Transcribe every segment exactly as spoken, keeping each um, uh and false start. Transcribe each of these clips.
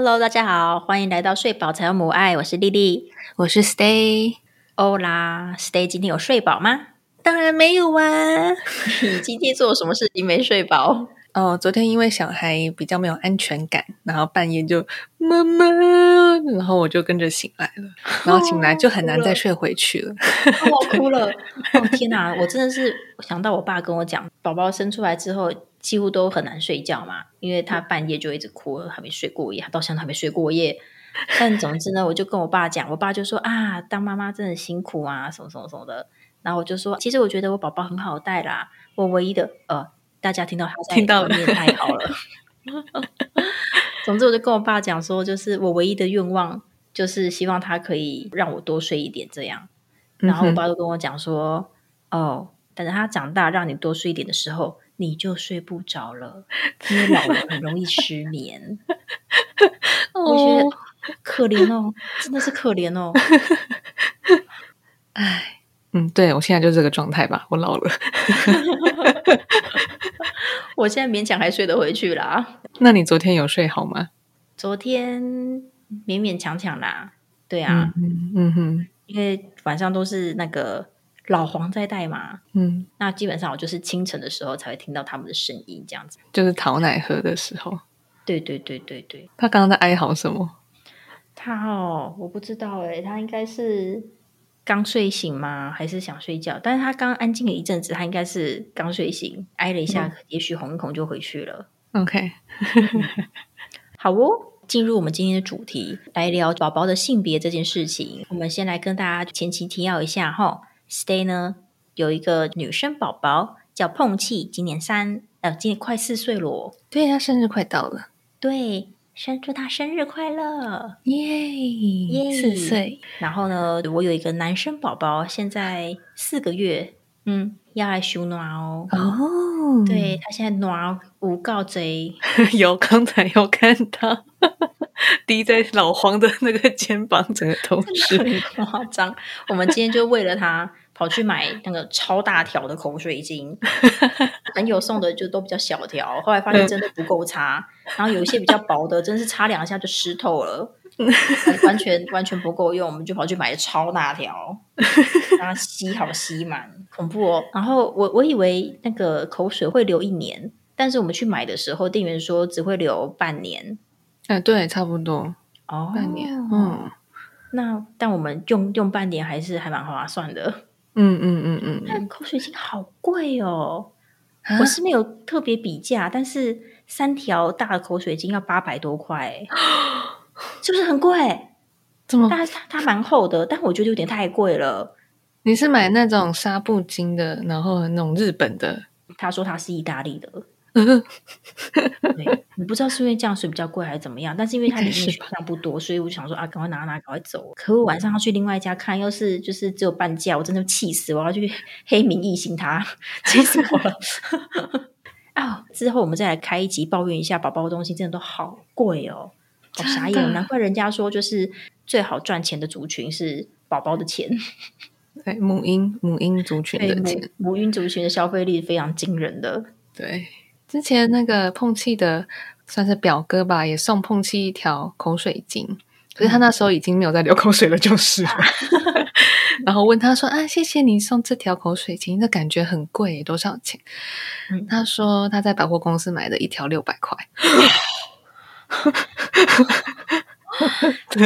Hello， 大家好，欢迎来到睡饱才有母爱，我是丽丽， 我是 Stay。 欧啦 ，Stay 今天有睡饱吗？ 当然没有啊！ 你今天做了什么事情没睡饱？ 哦，昨天因为小孩比较没有安全感，然后半夜就妈妈，然后我就跟着醒来了，然后醒来就很难再睡回去了。 哦，我哭了！哦天哪，我真的是想到我爸跟我讲，宝宝生出来之后几乎都很难睡觉嘛，因为他半夜就一直哭，还没睡过夜，他到现在还没睡过夜。但总之呢，我就跟我爸讲，我爸就说啊，当妈妈真的辛苦啊，什么什么什么的。然后我就说，其实我觉得我宝宝很好带啦，我唯一的呃，大家听到他在外面太好了。总之，我就跟我爸讲说，就是我唯一的愿望就是希望他可以让我多睡一点，这样。然后我爸就跟我讲说，嗯、哦，等着他长大，让你多睡一点的时候，你就睡不着了，因为老了很容易失眠。我觉得可怜哦，真的是可怜哦。 唉，嗯，对，我现在就这个状态吧，我老了。 我现在勉强还睡得回去啦。 那你昨天有睡好吗？ 昨天勉勉强强啦，对啊， 嗯嗯哼， 因为晚上都是那个老黄在带嘛， 嗯， 那基本上我就是清晨的时候才会听到他们的声音，这样子。 就是讨奶喝的时候。 对对对对对， 他刚刚在哀嚎什么？ 他哦，我不知道诶，他应该是刚睡醒吗？还是想睡觉？但是他刚安静了一阵子，他应该是刚睡醒，挨了一下，嗯、也许哄一哄就回去了。 OK， 好哦，进入我们今天的主题，来聊宝宝的性别这件事情。我们先来跟大家前情提要一下哈 ，Stay 呢有一个女生宝宝叫碰气，今年三呃，今年快四岁了。 对，他生日快到了。 对。生祝他生日快乐， 耶耶！四岁。 然后呢，我有一个男生宝宝，现在四个月，嗯，要来收暖哦。 哦， 对，他现在暖五告贼， 有刚才有看到滴在老黄的那个肩膀，整个都是很夸张。我们今天就为了他跑去买那个超大条的口水巾，朋友送的就都比较小条，后来发现真的不够擦，然后有一些比较薄的，真是擦两下就湿透了，完全完全不够用，我们就跑去买超大条，让它吸好吸满，恐怖哦。然后我我以为那个口水会留一年，但是我们去买的时候，店员说只会留半年。 哎，对，差不多哦， 半年，嗯。 那但我们用用半年还是还蛮划算的。 嗯嗯嗯嗯， 但口水巾好贵哦！我是没有特别比价，但是三条大的口水巾要八百多块，是不是很贵？ 怎么？ 但是它它蛮厚的，但我觉得有点太贵了。 你是买那种纱布巾的，然后那种日本的？ 他说他是意大利的。对，你不知道是因为降水比较贵还是怎么样，但是因为它里面选项不多，所以我就想说啊，赶快拿拿，赶快走。可我晚上要去另外一家看，要是就是只有半价，我真的气死，我要去黑名义行他，气死我了。啊，之后我们再来开一集抱怨一下宝宝的东西，真的都好贵哦，好傻眼，难怪人家说就是最好赚钱的族群是宝宝的钱。 对，母婴母婴族群的钱， 母母婴族群的消费力非常惊人的。 对。之前那个碰气的算是表哥吧，也送碰气一条口水巾，可是他那时候已经没有在流口水了，就是了。然后问他说：“啊，谢谢你送这条口水巾，这感觉很贵，多少钱？”嗯、他说他在百货公司买的一条六百块。对，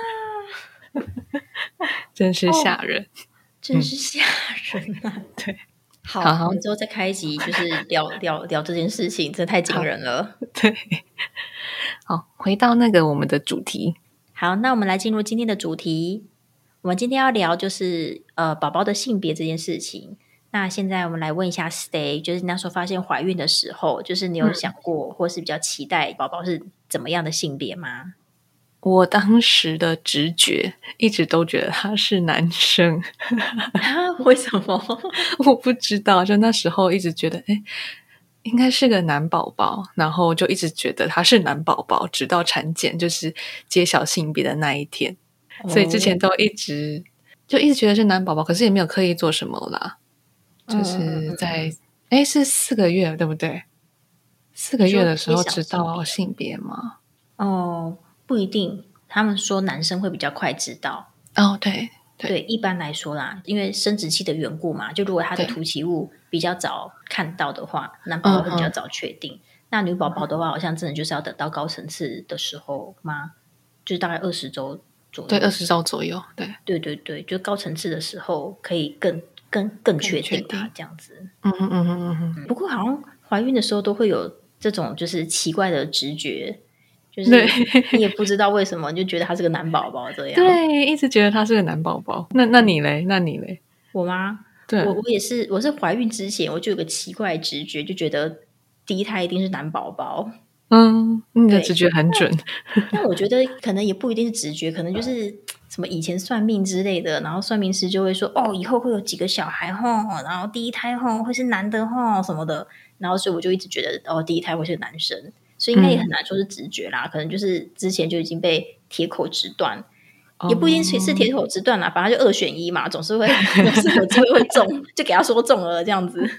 真是吓人， 哦、真是吓人啊！ 嗯、对。 好，好好我们之后再开一集，就是聊聊聊这件事情，真的太惊人了。 对，好，回到那个我们的主题。 好，那我们来进入今天的主题。我们今天要聊就是呃宝宝的性别这件事情。那现在我们来问一下 Stay， 就是你那时候发现怀孕的时候，就是你有想过、嗯、或是比较期待宝宝是怎么样的性别吗？ 我当时的直觉一直都觉得他是男生。 啊？为什么？ 我不知道，就那时候一直觉得诶应该是个男宝宝，然后就一直觉得他是男宝宝，直到产检就是揭晓性别的那一天、哦、所以之前都一直就一直觉得是男宝宝，可是也没有刻意做什么啦，就是在诶是四个月对不对？四个月的时候知道性别吗？ 哦， 不一定，他们说男生会比较快知道。 哦，对对对，一般来说啦，因为生殖器的缘故嘛，就如果他的对突起物比较早看到的话，男宝宝会比较早确定。那女宝宝的话，好像真的就是要等到高层次的时候吗？就是大概二十周左右。 对，二十周左右。对对对对，就高层次的时候可以更更更确定啊， 确定这样子。 嗯嗯嗯嗯嗯， 不过好像怀孕的时候都会有这种就是奇怪的直觉，就是对你也不知道为什么，你就觉得他是个男宝宝这样。 对，一直觉得他是个男宝宝。那那你嘞？那你嘞？ 我吗？ 对， 我我也是，我是怀孕之前我就有个奇怪的直觉，就觉得第一胎一定是男宝宝。 嗯，你的对直觉很准。 但我觉得可能也不一定是直觉，可能就是什么以前算命之类的，然后算命师就会说哦，以后会有几个小孩吼，然后第一胎吼会是男的吼什么的，然后所以我就一直觉得哦，第一胎会是男生，所以应该也很难说是直觉啦，可能就是之前就已经被铁口直断。也不一定是是铁口直断啦，反正就二选一嘛，总是会总是有机会会中，就给他说中了这样子。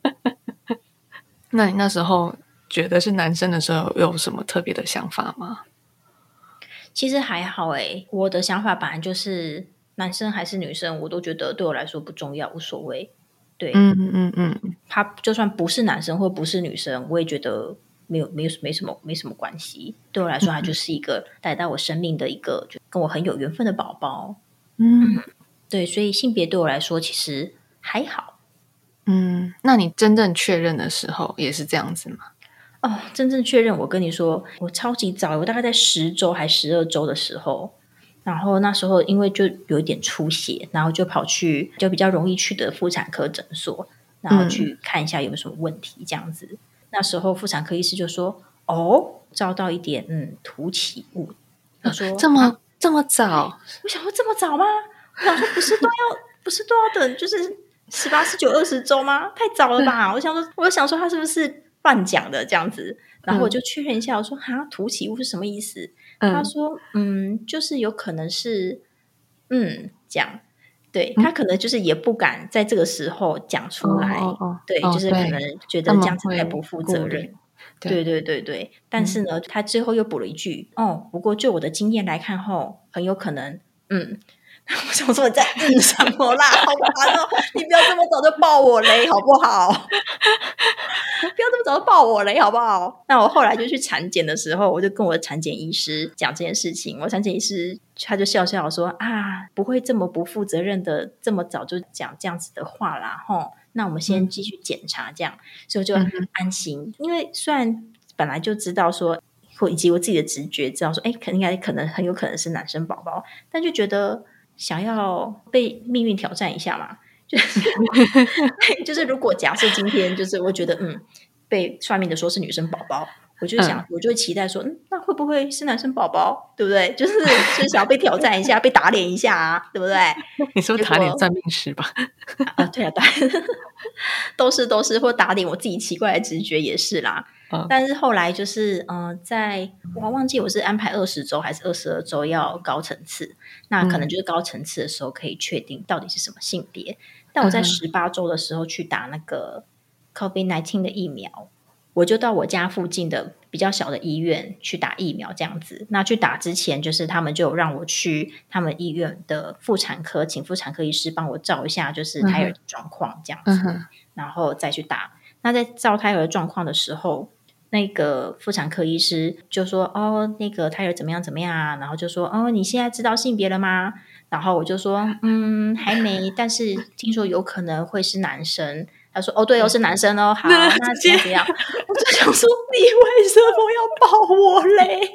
那你那时候觉得是男生的时候，有什么特别的想法吗？ 其实还好诶，我的想法本来就是男生还是女生，我都觉得对我来说不重要，无所谓。对， 嗯嗯嗯嗯， 他就算不是男生或不是女生，我也觉得没有没有没什么没什么关系。对我来说，他就是一个带到我生命的一个就跟我很有缘分的宝宝。 嗯对，所以性别对我来说其实还好。 嗯，那你真正确认的时候也是这样子吗？ 哦，真正确认，我跟你说，我超级早，我大概在十周还十二周的时候，然后那时候因为就有一点出血，然后就跑去就比较容易去的妇产科诊所，然后去看一下有没有什么问题这样子。那时候妇产科医师就说：“哦，照到一点嗯凸起物。”他说：“ 这么、 啊、 这么早？ 我想说这么早吗？我想说不是都要不是都要等就是十八、十九、二十周吗？太早了吧？我想说，我想说他是不是乱讲的这样子？然后我就确认一下，我说哈，凸起物是什么意思？ 嗯他说嗯，就是有可能是嗯这样。对他可能就是也不敢在这个时候讲出来， 哦哦对， 哦， 就是可能觉得他们这样子会太不负顾虑责任。 对对对对对，但是呢，他最后又补了一句：“哦，不过就我的经验来看后，很有可能，嗯。”我想说你在嗯什么啦？好烦哦！你不要这么早就爆我雷好不好？不要这么早就爆我雷好不好？那我后来就去产检的时候，我就跟我的产检医师讲这件事情。我产检医师他就笑笑说：“啊，不会这么不负责任的，这么早就讲这样子的话啦，吼。那我们先继续检查，这样，所以我就安心。因为虽然本来就知道说，或以及我自己的直觉知道说，哎，可应该可能很有可能是男生宝宝，但就觉得。”想要被命运挑战一下嘛？就是就是，如果假设今天就是我觉得嗯，被算命的说是女生宝宝，我就想、嗯、我就会期待说，嗯，那会不会是男生宝宝？对不对？就是就是想要被挑战一下，被打脸一下啊，对不对？ 你说打脸算命师吧？ 啊，对啊，对，都是都是，或打脸我自己奇怪的直觉也是啦。嗯、但是后来就是嗯、呃，在我忘记我是安排二十周还是二十二周要高层次，那可能就是高层次的时候可以确定到底是什么性别。但我在十八周的时候去打那个 COVID 十九 的疫苗，我就到我家附近的比较小的医院去打疫苗，这样子。那去打之前，就是他们就有让我去他们医院的妇产科，请妇产科医师帮我照一下，就是胎儿的状况这样子，嗯、然后再去打。那在照胎儿的状况的时候，那个妇产科医师就说：“哦，那个胎儿怎么样怎么样啊？”然后就说：“哦，你现在知道性别了吗？”然后我就说：“嗯，还没，但是听说有可能会是男生。”他说：“哦，对哦，是男生哦。好，那怎样怎样？”我就想说，你为什么要爆我嘞？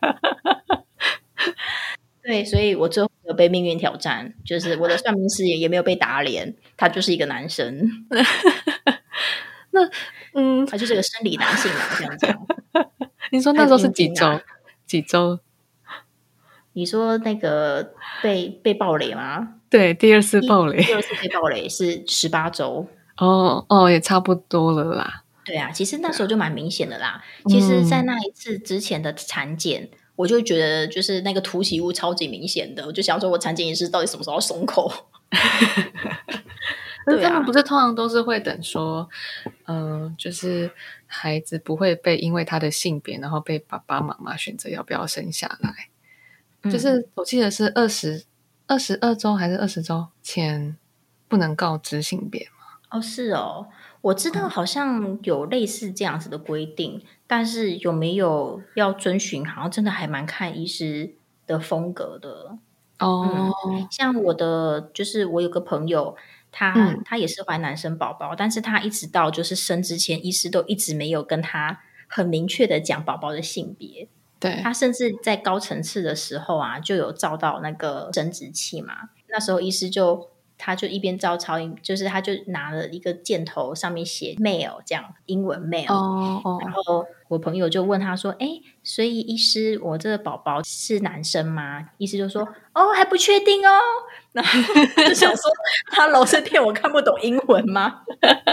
对，所以我最后有被命运挑战，就是我的算命师也也没有被打脸，他就是一个男生。 那嗯， 他就是个生理男性嘛，这样讲。 你说那时候是几周？啊、几周？ 你说那个被被爆雷吗？ 对，第二次爆雷， 第二次被爆雷是十八周。 哦哦，也差不多了啦。 对啊，其实那时候就蛮明显的啦。其实，在那一次之前的产检，嗯、我就觉得就是那个凸起物超级明显的，我就想说我产检医师到底什么时候要松口？ 可是对啊， 他们不是通常都是会等说，嗯、呃，就是孩子不会被因为他的性别，然后被爸爸妈妈选择要不要生下来。就嗯， 是我记得是二十二十二周还是二十周前不能告知性别嘛？ 哦，是哦，我知道好像有类似这样子的规定，但是有没有要遵循，好像真的还蛮看医师的风格的。嗯， 哦， 像我的就是我有个朋友，他嗯， 他也是怀男生宝宝，但是他一直到就是生之前，医师都一直没有跟他很明确的讲宝宝的性别。 对， 他甚至在高层次的时候啊，就有照到那个生殖器嘛。那时候医师就他就一边照超音，就是他就拿了一个箭头，上面写 male 这样英文 male。 哦哦， 然后我朋友就问他说：“哎，所以医师，我这个宝宝是男生吗？”医师就说：“哦，还不确定哦。”然后我就想说：“Hello，是骗我看不懂英文吗？”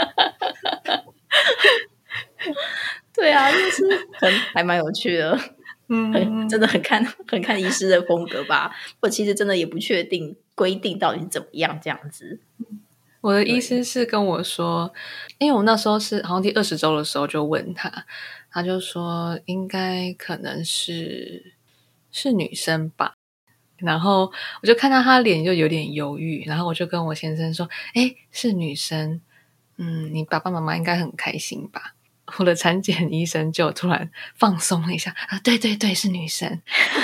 对啊，就是很还蛮有趣的。很真嗯， 的很看很看医师的风格吧。我其实真的也不确定规定到底是怎么样这样子。 我的医对， 师是跟我说，因为我那时候是好像第二十周的时候就问他，他就说应该可能是是女生吧。然后我就看到他脸就有点犹豫，然后我就跟我先生说：“哎，是女生，嗯，你爸爸妈妈应该很开心吧？”我的产检医生就突然放松了一下，啊，对对对，是女生。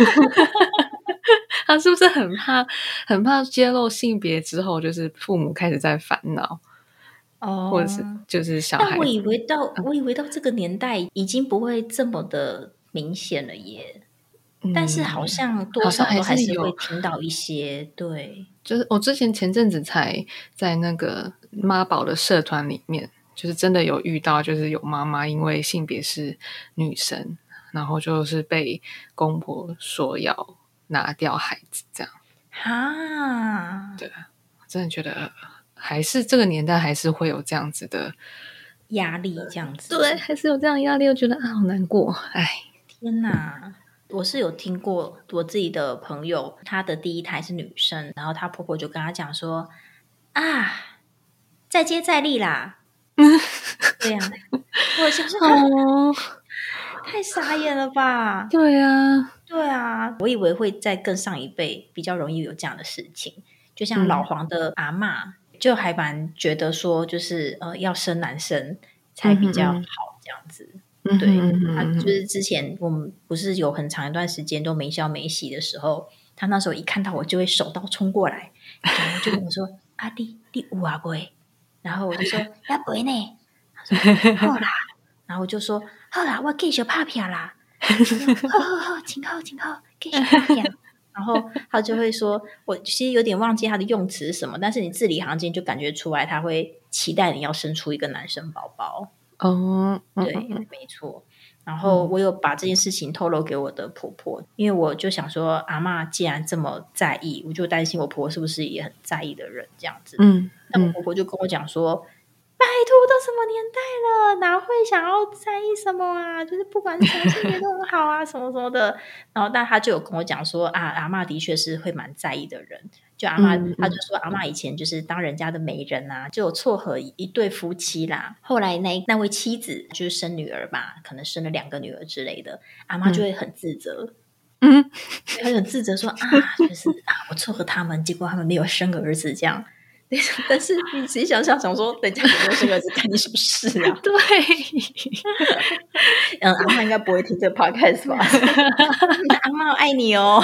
他是不是很怕很怕揭露性别之后，就是父母开始在烦恼，或者是哦， 就是小但我孩子， 以为到嗯我以为到这个年代已经不会这么的明显了耶。但是好嗯， 像多好像还少都还是会是有。 听到一些，对。 就是我之前前阵子才在那个妈宝的社团里面，就是真的有遇到，就是有妈妈因为性别是女生，然后就是被公婆说要拿掉孩子，这样。 哈， 对，我真的觉得还是这个年代还是会有这样子的， 压力这样对， 子。 还是有这样的压力，我觉得啊好难过，哎， 天哪！我是有听过我自己的朋友，她的第一胎是女生，然后她婆婆就跟她讲说：“啊，再接再厉啦。”对呀、我想说，哈， 哦， 太傻眼了吧？ 对啊， 对啊，我以为会在更上一辈比较容易有这样的事情，就像老嗯黄的阿嬷，就还蛮觉得说，就是呃，要生男生才嗯比较哼嗯好这样子。 嗯哼对， 嗯哼他嗯哼， 就是之前我们不是有很长一段时间都没消没息的时候，他那时候一看到我就会手刀冲过来，然后就跟我说：“阿弟，你有啊不会？”然后我就说：“要不会呢。”他说：“好啦。”然后我就说：“好啦，我继续拍片啦。”他说：“好好好，请好请好，继续拍片。”然后他就会说：“我其实有点忘记他的用词是什么，但是你字里行间就感觉出来，他会期待你要生出一个男生宝宝。” 哦，嗯嗯对， 嗯没错。然后嗯我有把这件事情透露给我的婆婆，因为我就想说，阿嬷既然这么在意，我就担心我婆婆是不是也很在意的人这样子。 嗯嗯那我婆婆就跟我讲说：“拜托，都什么年代了，哪会想要在意什么啊？就是不管是什么性别都很好啊，什么什么的。”然后，但她就有跟我讲说：“啊，阿嬷的确是会蛮在意的人。”就阿嬷， 嗯嗯她就说阿嬷以前就是当人家的媒人啊，就有撮合一对夫妻啦。后来那那位妻子就是生女儿吧，可能生了两个女儿之类的，阿嬷就会很自责， 嗯， 她就很自责说啊，就是啊，我撮合他们，结果他们没有生儿子这样。但是你仔细想想，想说人家有没有生儿子，干你什么事啊？ 对， 嗯，阿嬷应该不会听这个 podcast 吧？阿嬷我爱你哦。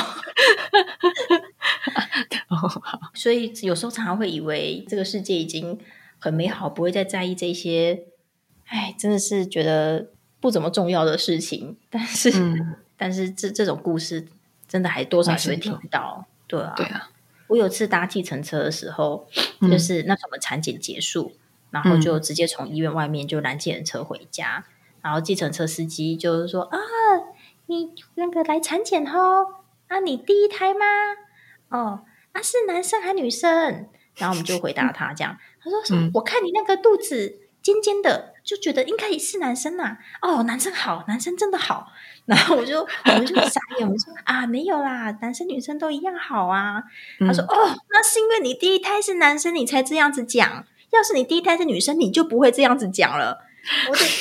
哦好， 所以有时候常常会以为这个世界已经很美好，不会再在意这些，哎，真的是觉得不怎么重要的事情。但是， 嗯， 但是这这种故事真的还多少还是会听还是有， 到。对啊， 对啊， 我有次搭计程车的时候，就嗯是那时候我们产检结束，然后就嗯直接从医院外面就拦计程车回家，然后计程车司机就是说啊，你那个来产检哦，啊，你第一胎吗？哦。啊，是男生还女生？然后我们就回答他这样，他说说， 嗯我看你那个肚子尖尖的，就觉得应该也是男生呐、哦，男生好，男生真的好。然后我就我们就傻眼，我们说啊，没有啦，男生女生都一样好啊。他说嗯哦，那是因为你第一胎是男生，你才这样子讲。 要是你第一胎是女生，你就不会这样子讲了。我就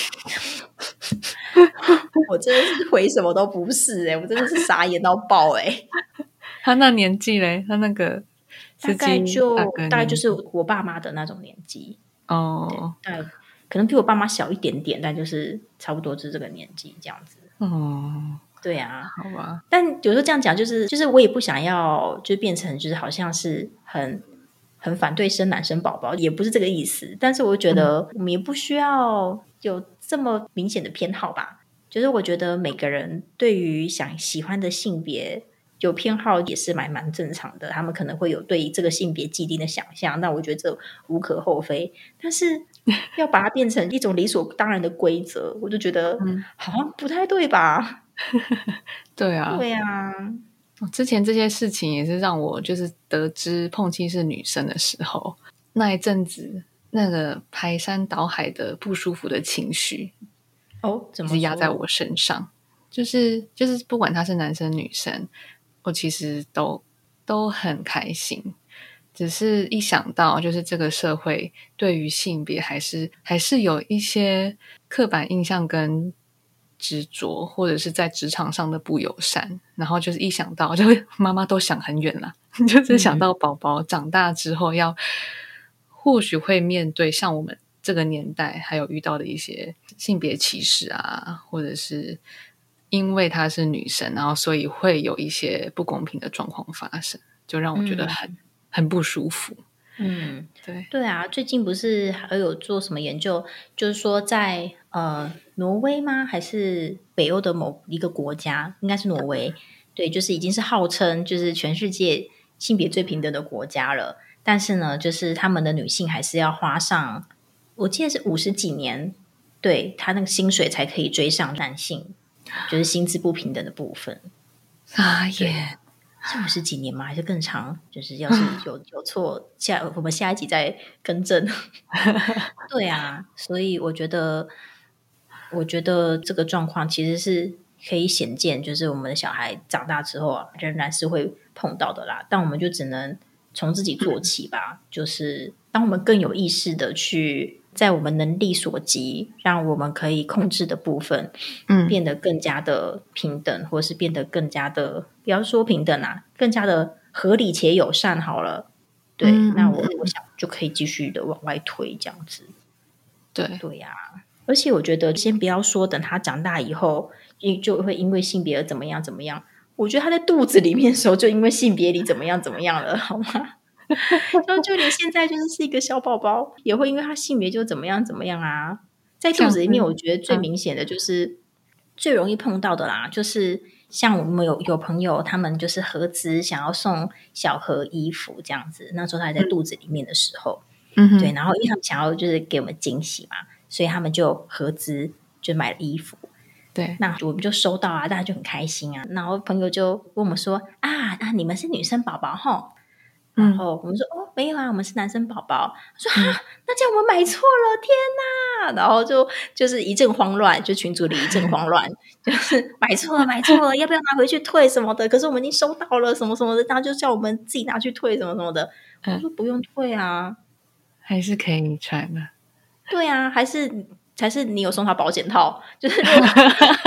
我真的是回什么都不是哎、欸，我真的是傻眼到爆哎、欸。 他那年纪嘞，他那个大概就大概大概就是我爸妈的那种年纪哦， 大概可能比我爸妈小一点点，但就是差不多是这个年纪这样子。 哦， 对啊， 好吧。 但有时候这样讲，就是就是我也不想要就变成就是好像是很很反对生男生宝宝，也不是这个意思。但是我觉得我们也不需要有这么明显的偏好吧。就是我觉得每个人对于想喜欢的性别有偏好也是蛮蛮正常的，他们可能会有对这个性别既定的想象，那我觉得这无可厚非。但是要把它变成一种理所当然的规则，我就觉得好像不太对吧？ 对啊， 对啊。 之前这些事情也是让我就是得知碰七是女生的时候，那一阵子那个排山倒海的不舒服的情绪哦，怎么是压在我身上，就是就是不管他是男生女生，我其实都都很开心。只是一想到就是这个社会对于性别还是还是有一些刻板印象跟执着，或者是在职场上的不友善，然后就是一想到就会妈妈都想很远啦，就是想到宝宝长大之后要或许会面对像我们这个年代还有遇到的一些性别歧视啊，或者是因为她是女生，然后所以会有一些不公平的状况发生，就让我觉得很、嗯、很不舒服。 嗯， 对对啊，最近不是还有做什么研究，就是说在呃挪威吗？还是北欧的某一个国家，应该是挪威，对，就是已经是号称就是全世界性别最平等的国家了。但是呢，就是他们的女性还是要花上，我记得是五十几年，对他那个薪水才可以追上男性，就是薪资不平等的部分。 啊耶！ 是五十几年吗？还是更长？就是要是有有错，下我们下一集再更正。对啊，所以我觉得，我觉得这个状况其实是可以显见，就是我们的小孩长大之后啊，仍然是会碰到的啦。但我们就只能从自己做起吧。就是当我们更有意识的去，在我们能力所及，让我们可以控制的部分，嗯，变得更加的平等，或是变得更加的，不要说平等啊，更加的合理且友善好了。对，嗯、那我我想就可以继续的往外推这样子。 对对呀、啊，而且我觉得先不要说等他长大以后，就会因为性别而怎么样怎么样。我觉得他在肚子里面的时候，就因为性别里怎么样怎么样了，好吗？就就连现在就是是一个小宝宝，也会因为他性别就怎么样怎么样啊。在肚子里面，我觉得最明显的就是、嗯、最容易碰到的啦，就是像我们有有朋友，他们就是合资想要送小盒衣服这样子，那时候他还在肚子里面的时候。嗯，对，然后因为他们想要就是给我们惊喜嘛，所以他们就合资就买了衣服。 对， 那我们就收到啊，大家就很开心啊。然后朋友就问我们说啊，啊你们是女生宝宝齁？然后我们说、嗯、哦没有啊，我们是男生宝宝。说啊、嗯，那这样我们买错了，天哪！然后就就是一阵慌乱，就群组里一阵慌乱，就是买错了买错了，要不要拿回去退什么的？可是我们已经收到了什么什么的，然后就叫我们自己拿去退什么什么的。我说不用退啊。还是可以穿的。 对啊，还是还是你有送他保险套，就是还是说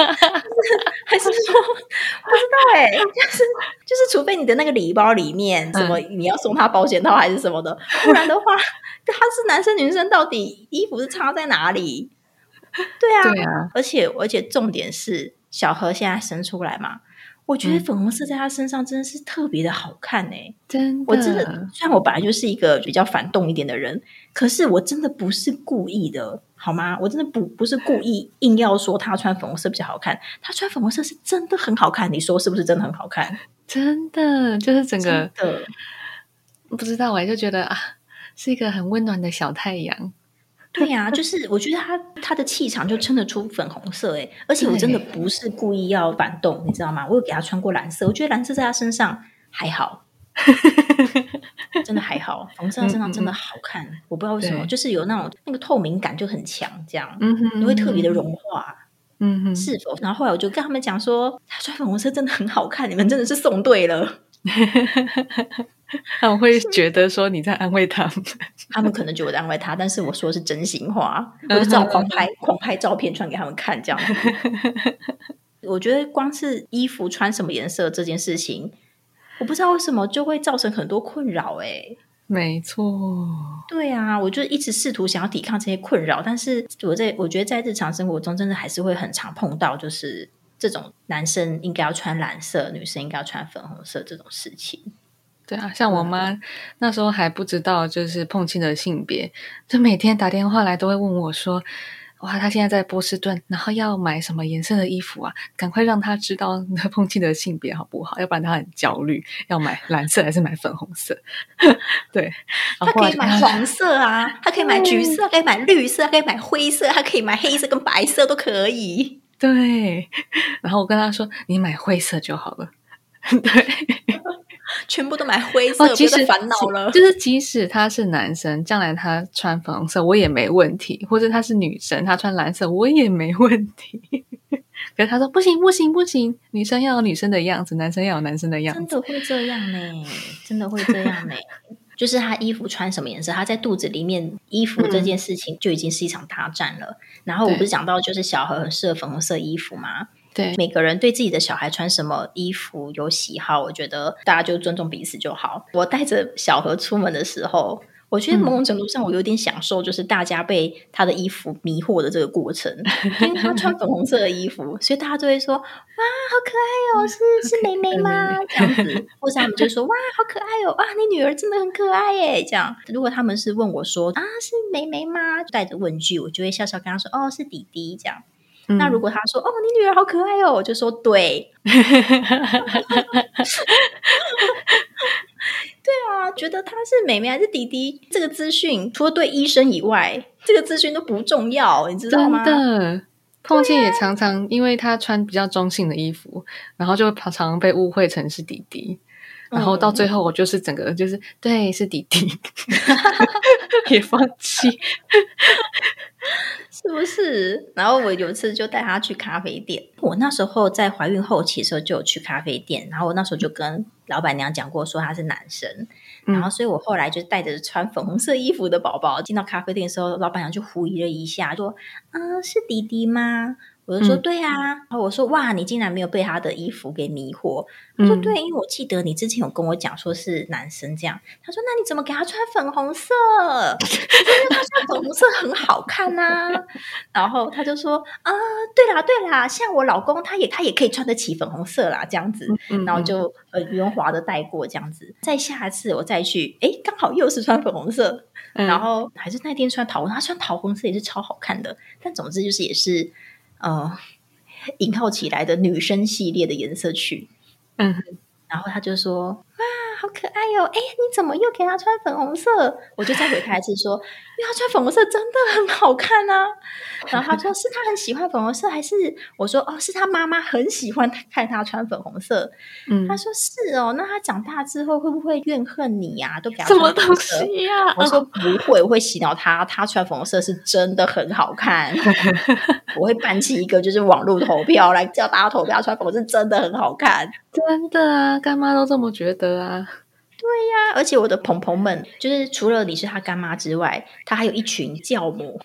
不知道哎、欸，就是就是除非你的那个礼包里面什么、嗯、你要送他保险套还是什么的，不然的话他是男生女生到底衣服是差在哪里？对啊，对啊，而且而且重点是小何现在生出来嘛。我觉得粉红色在他身上真的是特别的好看欸， 真的。 我真的，虽然我本来就是一个比较反动一点的人，可是我真的不是故意的，好吗？我真的不不是故意硬要说他穿粉红色比较好看，他穿粉红色是真的很好看，你说是不是真的很好看？ 真的，就是整个真的不知道欸，就觉得啊，是一个很温暖的小太阳。 对呀、啊，就是我觉得他他的气场就撑得出粉红色哎，而且我真的不是故意要反动，你知道吗？我有给他穿过蓝色，我觉得蓝色在他身上还好，真的还好，粉红色在他身上真的好看，嗯嗯我不知道为什么，就是有那种那个透明感就很强，这样，嗯哼嗯哼你会特别的融化，嗯哼，是否？然后后来我就跟他们讲说，他穿粉红色真的很好看，你们真的是送对了。 他们会觉得说你在安慰他们。 他们可能觉得我在安慰他，但是我说的是真心话，我就只好狂拍狂拍照片传给他们看这样子。我觉得光是衣服穿什么颜色这件事情，我不知道为什么就会造成很多困扰欸。 没错， 对啊，我就一直试图想要抵抗这些困扰，但是我在我觉得在日常生活中真的还是会很常碰到，就是这种男生应该要穿蓝色，女生应该要穿粉红色这种事情。 对啊，像我妈那时候还不知道就是碰庆的性别，就每天打电话来都会问我说，哇，她现在在波士顿，然后要买什么颜色的衣服啊，赶快让她知道那碰庆的性别好不好，要不然她很焦虑，要买蓝色还是买粉红色。对， 她可以买黄色啊，她可以买橘色，她可以买绿色，她可以买灰色，她可以买黑色跟白色都可以。 对，然后我跟她说你买灰色就好了。对， 全部都买灰色， 哦，即使不要再烦恼了。 就是即使他是男生，将来他穿粉红色我也没问题，或者他是女生，他穿蓝色我也没问题。可是他说不行不行不行，女生要有女生的样子，男生要有男生的样子。 真的会这样呢，真的会这样呢。就是他衣服穿什么颜色，他在肚子里面衣服这件事情就已经是一场大战了。嗯、然后我不是讲到就是小何很适合粉红色衣服吗？ 对， 每个人对自己的小孩穿什么衣服有喜好，我觉得大家就尊重彼此就好。我带着小何出门的时候，我觉得某种程度上我有点享受，就是大家被他的衣服迷惑的这个过程。因为他穿粉红色的衣服，所以大家都会说哇好可爱哦，是是妹妹吗？这样子，或是他们就说哇好可爱哦，哇你女儿真的很可爱耶。这样，如果他们是问我说啊是妹妹吗？带着问句，我就会笑笑跟他说哦是弟弟这样。嗯、那如果他说哦你女儿好可爱哦，我就说对。对啊，觉得他是妹妹还是弟弟，这个资讯除了对医生以外，这个资讯都不重要，你知道吗？ 真的，碰见也常常因为他穿比较中性的衣服，然后就常常被误会成是弟弟，然后到最后我就是整个就是、嗯、对是弟弟，也放弃。 是不是？然后我有一次就带他去咖啡店，我那时候在怀孕后期的时候就有去咖啡店，然后我那时候就跟老板娘讲过说他是男生、嗯、然后所以我后来就带着穿粉红色衣服的宝宝进到咖啡店的时候，老板娘就狐疑了一下说啊是弟弟吗？我就说、嗯、对啊，然后我说哇你竟然没有被他的衣服给迷惑。他说对，因为我记得你之前有跟我讲说是男生这样。他说那你怎么给他穿粉红色？我说因为他穿粉红色很好看啊。然后他就说啊对啦对啦，像我老公他也他也可以穿得起粉红色啦这样子。然后就呃圆滑的带过这样子。再下一次我再去诶刚好又是穿粉红色、嗯、然后还是那天穿桃红，他穿桃红色也是超好看的。但总之就是也是呃，引号起来的女生系列的颜色去，嗯，然后他就说哇好可爱哦，哎你怎么又给他穿粉红色？我就再回他一次说因为他穿粉红色真的很好看啊。然后他说是他很喜欢粉红色还是我说哦是他妈妈很喜欢看他穿粉红色、嗯、他说是哦，那他长大之后会不会怨恨你啊，都给他穿粉红色？什么东西啊？我说不会，我会洗脑他，他穿粉红色是真的很好看。我会办起一个就是网络投票来叫大家投票穿粉红色真的很好看。 真的啊，干妈都这么觉得啊。 对呀、啊，而且我的朋朋们就是除了你是他干妈之外，他还有一群教母。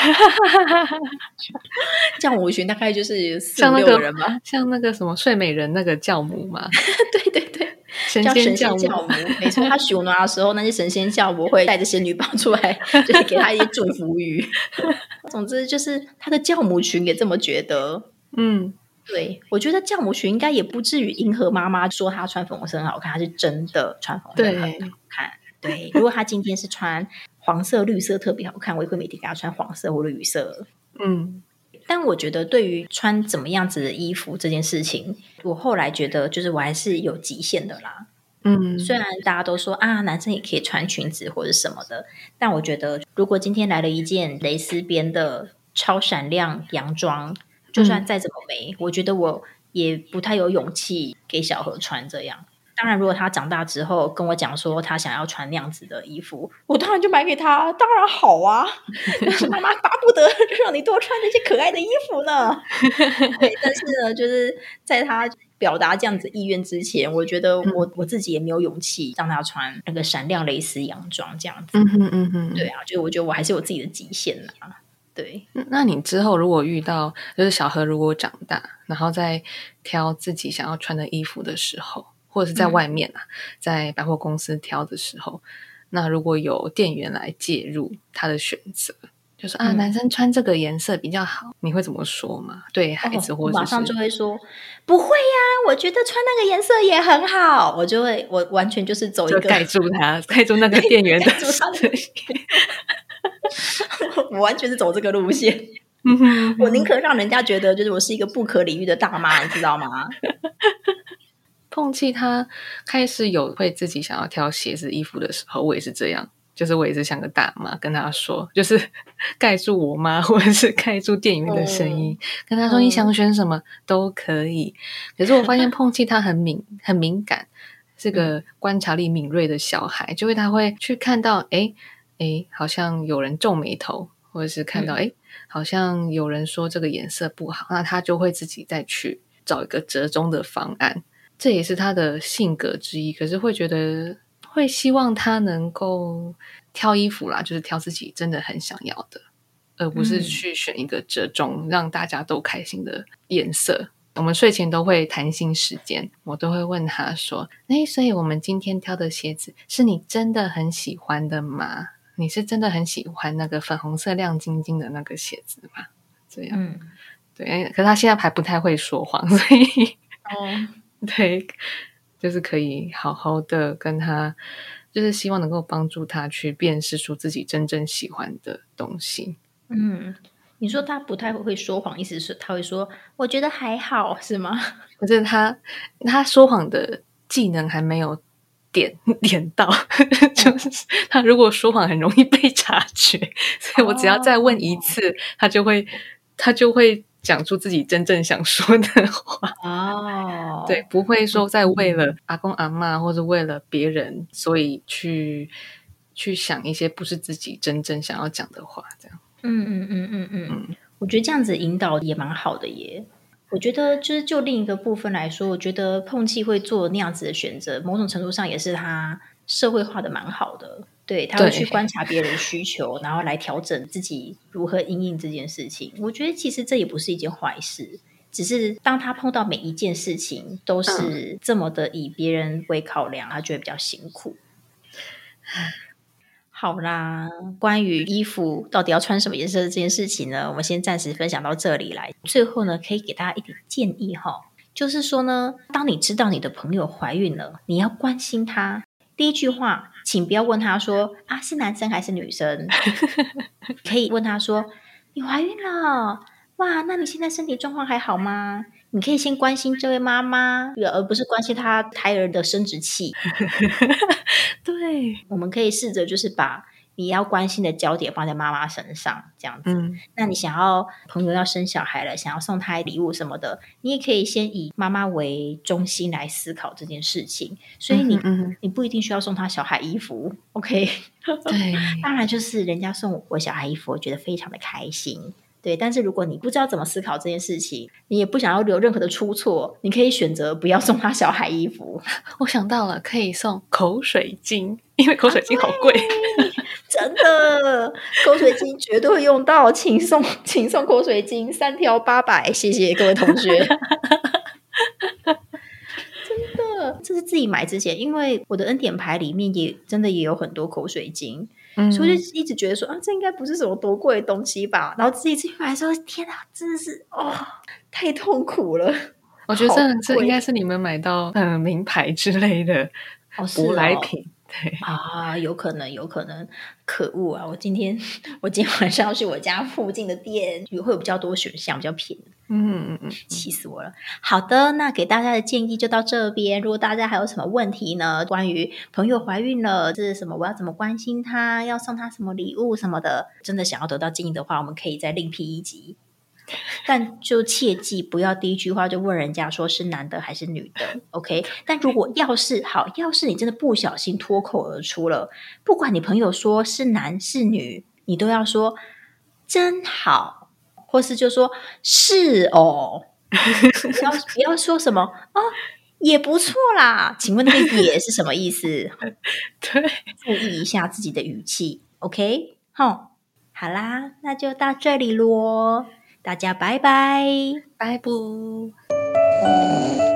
教母群大概就是四五六个人吧， 像那个什么睡美人那个教母嘛。 对对对， 神仙教母， 叫神仙教母没错。他许诺的时候，那些神仙教母会带着仙女棒出来，就是给他一些祝福语。总之就是他的教母群也这么觉得。嗯，对，我觉得教母群应该也不至于迎合妈妈说她穿粉红色很好看，她是真的穿粉红色很好看。对，如果她今天是穿黄色绿色特别好看，我也会每天给她穿黄色或绿色。嗯，但我觉得对于穿怎么样子的衣服这件事情，我后来觉得就是我还是有极限的啦。嗯，虽然大家都说啊男生也可以穿裙子或者什么的，但我觉得如果今天来了一件蕾丝边的超闪亮洋装，就算再怎么美、嗯、我觉得我也不太有勇气给小何穿这样。当然如果他长大之后跟我讲说他想要穿那样子的衣服，我当然就买给他，当然好啊。妈妈巴不得让你多穿那些可爱的衣服呢。对，但是呢就是在他表达这样子意愿之前，我觉得我、嗯、我自己也没有勇气让他穿那个闪亮蕾丝洋装这样子。 嗯哼嗯哼， 对啊，就我觉得我还是有自己的极限啦。对， 那你之后如果遇到就是小何如果长大，然后在挑自己想要穿的衣服的时候，或者是在外面啊、嗯、在百货公司挑的时候，那如果有店员来介入他的选择，就说啊、嗯、男生穿这个颜色比较好，你会怎么说吗？对孩子或者是、 哦、我马上就会说不会呀、啊，我觉得穿那个颜色也很好，我就会我完全就是走一个就盖住他盖住那个店员的我完全是走这个路线我宁可让人家觉得就是我是一个不可理喻的大妈，你知道吗？ 碰气他开始有会自己想要挑鞋子衣服的时候，我也是这样，就是我也是像个大妈跟他说，就是盖住我妈或者是盖住店员的声音、嗯、跟他说你想选什么、嗯、都可以。可是我发现碰气他很敏很敏感，是个观察力敏锐的小孩，就会他会去看到诶诶好像有人皱眉头，或者是看到诶、嗯、好像有人说这个颜色不好，那他就会自己再去找一个折中的方案，这也是他的性格之一。可是会觉得会希望他能够挑衣服啦，就是挑自己真的很想要的，而不是去选一个折中、嗯、让大家都开心的颜色。我们睡前都会谈心时间，我都会问他说诶，所以我们今天挑的鞋子是你真的很喜欢的吗？你是真的很喜欢那个粉红色亮晶晶的那个鞋子吗？这样、嗯、对。可是他现在还不太会说谎，所以哦，对，就是可以好好的跟他，就是希望能够帮助他去辨识出自己真正喜欢的东西。 嗯，你说他不太会说谎，意思是他会说我觉得还好是吗？ 可是他他说谎的技能还没有点点到就是他如果说谎很容易被察觉，所以我只要再问一次、哦、他就会他就会讲出自己真正想说的话哦，对，不会说再为了阿公阿嬷或者为了别人，所以去去想一些不是自己真正想要讲的话，这样。 嗯嗯嗯嗯嗯，我觉得这样子引导也蛮好的耶。我觉得就是就另一个部分来说，我觉得碰气会做那样子的选择，某种程度上也是他社会化的蛮好的。对，他会去观察别人的需求，然后来调整自己如何因应这件事情。我觉得其实这也不是一件坏事，只是当他碰到每一件事情都是这么的以别人为考量，他就会比较辛苦。好啦，关于衣服到底要穿什么颜色这件事情呢，我们先暂时分享到这里来。最后呢，可以给大家一点建议哈，就是说呢，当你知道你的朋友怀孕了，你要关心她。第一句话，请不要问她说啊是男生还是女生，可以问她说你怀孕了，哇，那你现在身体状况还好吗？你可以先关心这位妈妈，而不是关心她胎儿的生殖器。对，我们可以试着就是把你要关心的焦点放在妈妈身上，这样子、嗯、那你想要朋友要生小孩了，想要送他礼物什么的，你也可以先以妈妈为中心来思考这件事情。所以你、嗯嗯、你不一定需要送他小孩衣服 OK 对，当然就是人家送我小孩衣服我觉得非常的开心，对，但是如果你不知道怎么思考这件事情，你也不想要留任何的出错，你可以选择不要送他小孩衣服。 我想到了，可以送口水巾，因为口水巾好贵、啊、 真的口水巾绝对会用到，请送请送口水巾三条八百，谢谢各位同学真的，这是自己买之前，因为我的恩典牌里面也真的也有很多口水巾、嗯、所以就一直觉得说啊，这应该不是什么多贵的东西吧，然后自己去买的时候，天啊，真的是哦，太痛苦了。 我觉得这这应该是你们买到嗯名牌之类的舶来品、哦对啊，有可能有可能，可恶啊，我今天我今天晚上要去我家附近的店，会有比较多选项，比较便宜。嗯嗯嗯，气死我了。好的，那给大家的建议就到这边。如果大家还有什么问题呢，关于朋友怀孕了这是什么，我要怎么关心她，要送她什么礼物什么的，真的想要得到建议的话，我们可以再另辟一集。但就切记不要第一句话就问人家说是男的还是女的 OK。 但如果要是好，要是你真的不小心脱口而出了，不管你朋友说是男是女，你都要说真好，或是就说是哦不要不要说什么哦，也不错啦。请问那个也是什么意思？ 对， 注意一下自己的语气 ，OK？ 好，好啦，那就到这里咯，大家拜拜， 拜拜。